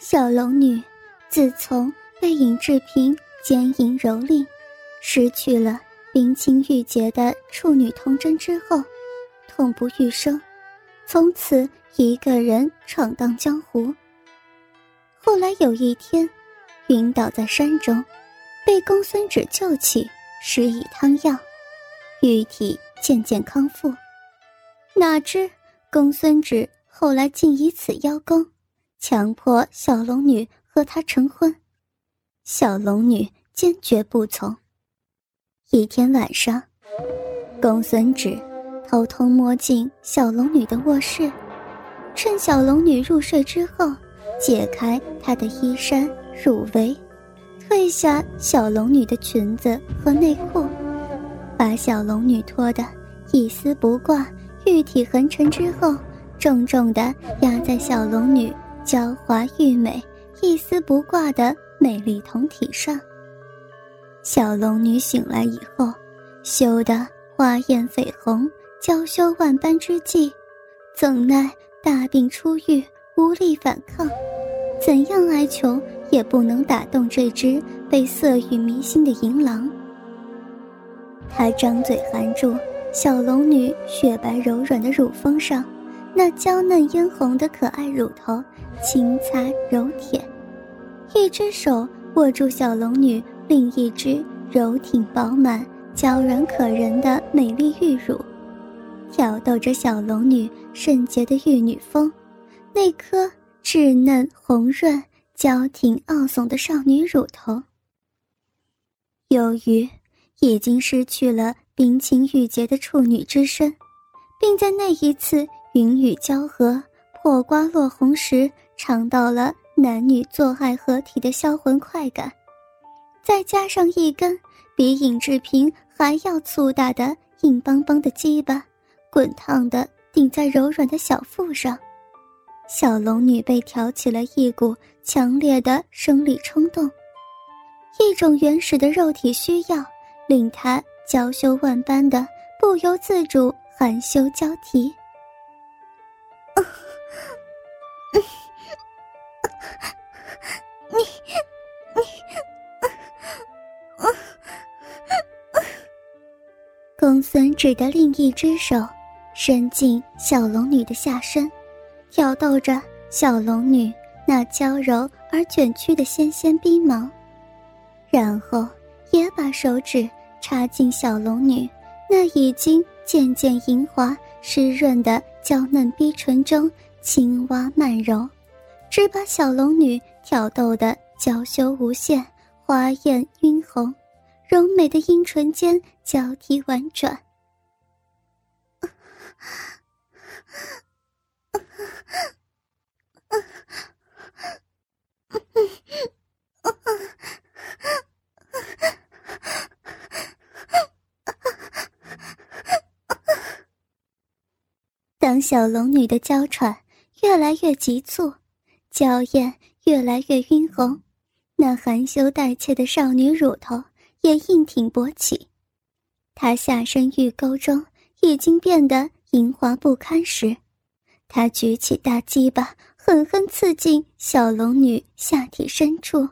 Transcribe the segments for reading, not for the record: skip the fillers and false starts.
小龙女自从被尹志平奸淫蹂躏，失去了冰清玉洁的处女童真之后，痛不欲生，从此一个人闯荡江湖。后来有一天，晕倒在山中，被公孙止救起，施以汤药，玉体渐渐康复。哪知公孙止后来竟以此邀功，强迫小龙女和他成婚。小龙女坚决不从。一天晚上，公孙止偷偷摸进小龙女的卧室，趁小龙女入睡之后，解开她的衣衫乳围，褪下小龙女的裙子和内裤，把小龙女脱得一丝不挂，玉体横陈之后，重重地压在小龙女娇滑玉美、一丝不挂的美丽胴体上。小龙女醒来以后，羞得花艳绯红，娇羞万般之际，怎奈大病初愈，无力反抗，怎样哀求也不能打动这只被色欲迷心的淫狼。他张嘴含住小龙女雪白柔软的乳峰上那娇嫩嫣红的可爱乳头，轻擦揉舔，一只手握住小龙女另一只柔挺饱满、娇软可人的美丽玉乳，挑逗着小龙女圣洁的玉女峰，那颗稚嫩红润、娇挺傲耸的少女乳头。由于已经失去了冰清玉洁的处女之身，并在那一次云雨交合、破瓜落红时尝到了男女做爱合体的销魂快感，再加上一根比尹志平还要粗大的硬邦邦的鸡巴滚烫地顶在柔软的小腹上，小龙女被挑起了一股强烈的生理冲动，一种原始的肉体需要令她娇羞万般的不由自主含羞交啼。公孙止的另一只手伸进小龙女的下身，挑逗着小龙女那娇柔而卷曲的纤纤逼毛，然后也把手指插进小龙女那已经渐渐莹滑湿润的娇嫩逼唇中轻挖慢揉，只把小龙女挑逗得娇羞无限，花艳晕红，柔美的阴唇间交替婉转。当小龙女的娇喘越来越急促，娇艳越来越晕红，那含羞带怯的少女乳头也硬挺勃起，她下身玉沟中已经变得莹滑不堪时，她举起大鸡巴狠狠刺进小龙女下体深处。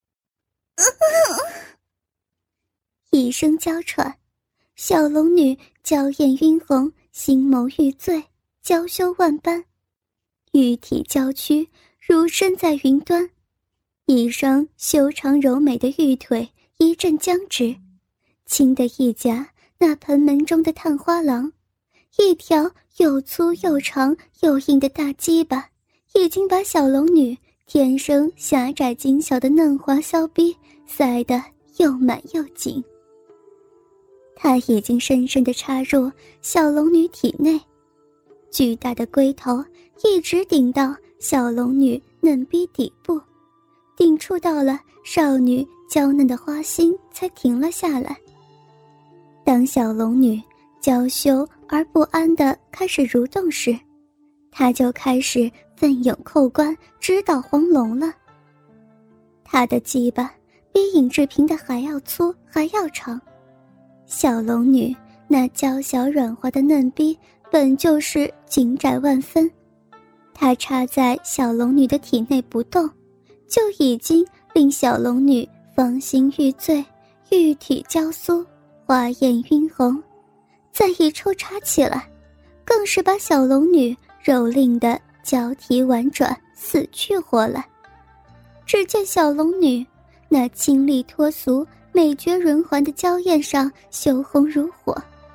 一声娇喘，小龙女娇艳晕红，心眸欲醉，娇羞万般，玉体娇躯如身在云端，一双修长柔美的玉腿一阵僵直，轻的一夹那盆门中的探花郎，一条又粗又长又硬的大鸡巴已经把小龙女天生狭窄精小的嫩滑小逼塞得又满又紧。它已经深深地插入小龙女体内，巨大的龟头一直顶到小龙女嫩逼底部，顶触到了少女娇嫩的花心才停了下来。当小龙女娇羞而不安地开始蠕动时，她就开始奋勇扣关，直捣黄龙了。她的鸡巴比尹志平的还要粗还要长，小龙女那娇小软滑的嫩逼本就是紧窄万分，它插在小龙女的体内不动， 就已经令小龙女芳心欲醉，玉体娇酥，花艳晕红，再一抽插起来，更是把小龙女蹂躏得脚体婉转，死去活来。只见小龙女那清丽脱俗、美绝轮环的娇艳上羞红如火。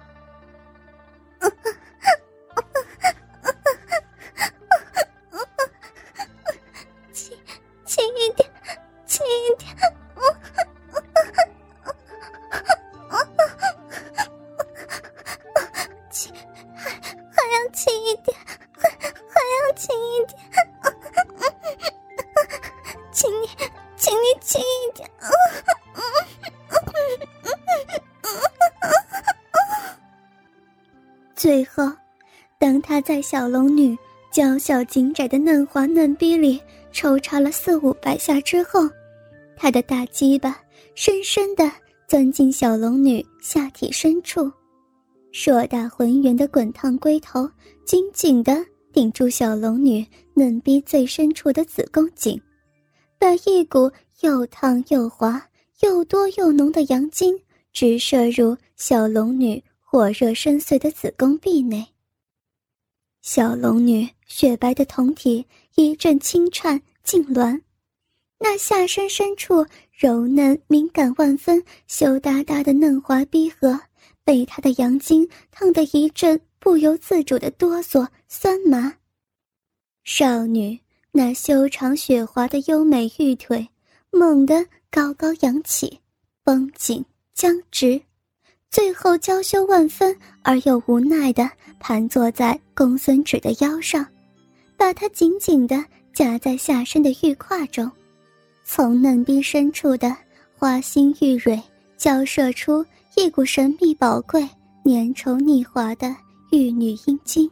轻一点，轻一点，还要轻一点，还要轻一点，请你轻一点。最后，当他在小龙女娇小紧窄的嫩滑嫩逼里抽插了400-500下之后，他的大鸡巴深深地钻进小龙女下体深处，硕大浑圆的滚烫龟头紧紧地顶住小龙女嫩逼最深处的子宫颈，把一股又烫又滑、又多又浓的阳精直射入小龙女火热深邃的子宫壁内。小龙女雪白的胴体一阵轻颤痉挛，那下身深处柔嫩敏感万分、羞答答的嫩滑逼核被她的阳精烫得一阵不由自主的哆嗦酸麻。少女那修长雪滑的优美玉腿猛地高高扬起，绷紧僵直，最后娇羞万分而又无奈地盘坐在公孙止的腰上，把他紧紧地夹在下身的玉胯中，从嫩逼深处的花心玉蕊交射出一股神秘宝贵、粘稠腻滑的玉女阴茎。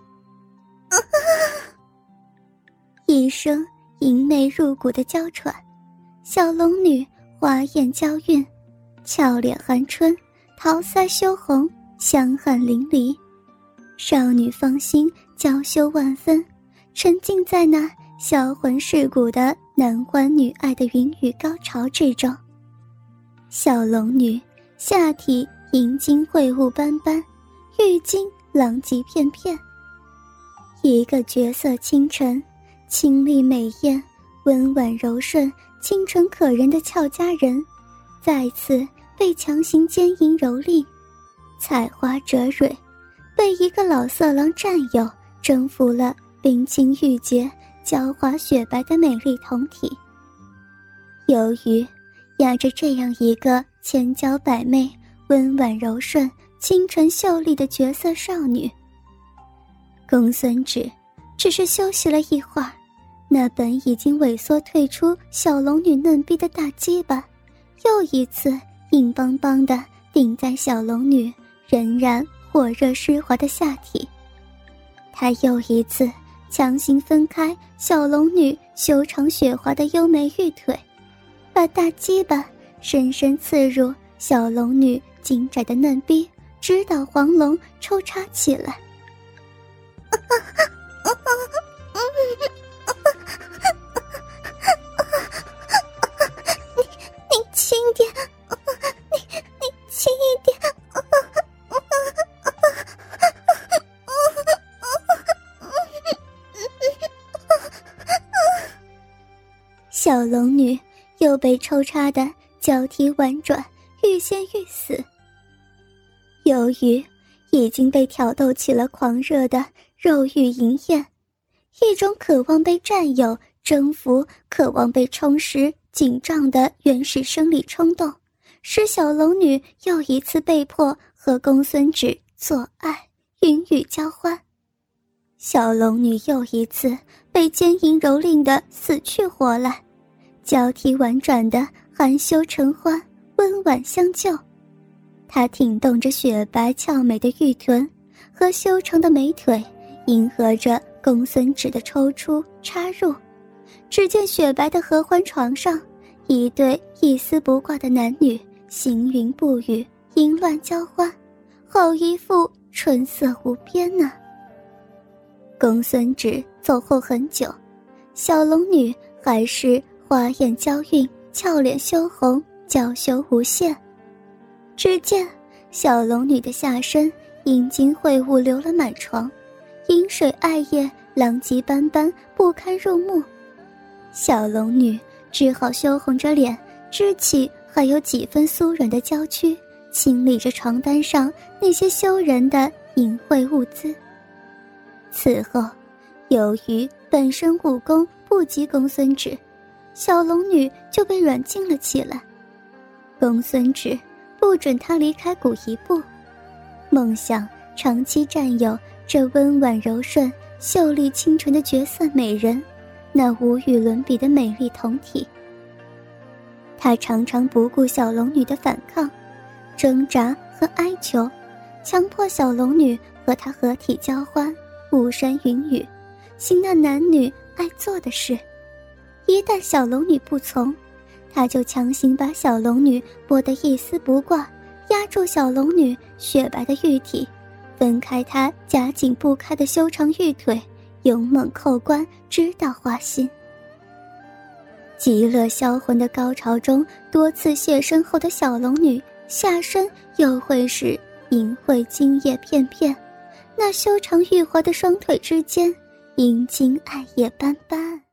一声淫媚入骨的娇喘，小龙女花艳娇韵，俏脸含春，桃腮羞红，香汗淋漓。少女芳心娇羞万分，沉浸在那销魂蚀骨的男欢女爱的云雨高潮之中。小龙女下体阴茎秽物斑斑，玉茎狼藉片片。一个绝色清晨、清丽美艳、温婉柔顺、清纯可人的俏佳人，再次被强行奸淫蹂躏，采花折蕊，被一个老色狼占有，征服了冰清玉洁、娇滑雪白的美丽胴体。由于压着这样一个千娇百媚、温婉柔顺、清纯秀丽的绝色少女，公孙止只是休息了一会儿，那本已经萎缩退出小龙女嫩逼的大鸡巴又一次硬邦邦地顶在小龙女仍然火热湿滑的下体。他又一次强行分开小龙女修长雪滑的优美玉腿，把大鸡巴深深刺入小龙女紧窄的嫩逼，直捣黄龙抽插起来。你轻点，你轻一点。小龙女又被抽插得脚体婉转，欲仙欲死。由于已经被挑逗起了狂热的肉欲淫艳，一种渴望被占有、征服、渴望被充实、紧张的原始生理冲动，使小龙女又一次被迫和公孙止做爱，云雨交欢。小龙女又一次被奸淫蹂躏得死去活来，娇体婉转的含羞承欢，温婉相救。她挺动着雪白俏美的玉臀和修长的美腿，迎合着公孙止的抽出插入。只见雪白的合欢床上，一对一丝不挂的男女行云布雨，淫乱交欢，好一副春色无边呢。公孙止走后很久，小龙女还是花艳娇韵，俏脸羞红，娇羞无限。只见小龙女的下身阴茎秽物流了满床，饮水艾叶狼藉斑斑，不堪入目。小龙女只好羞红着脸，支起还有几分酥软的娇躯，清理着床单上那些羞人的淫秽物资。此后，由于本身武功不及公孙止，小龙女就被软禁了起来。公孙止不准她离开谷一步，梦想长期占有这温婉柔顺、秀丽清纯的绝色美人，那无与伦比的美丽酮体。他常常不顾小龙女的反抗、挣扎和哀求，强迫小龙女和他合体交欢，巫山云雨，行那男女爱做的事。一旦小龙女不从，他就强行把小龙女剥得一丝不挂，压住小龙女雪白的玉体，分开她夹紧不开的修长玉腿，勇猛扣关，直到花心。极乐销魂的高潮中，多次现身后的小龙女下身又会是淫秽精液片片，那修长玉滑的双腿之间，阴茎艾叶斑斑。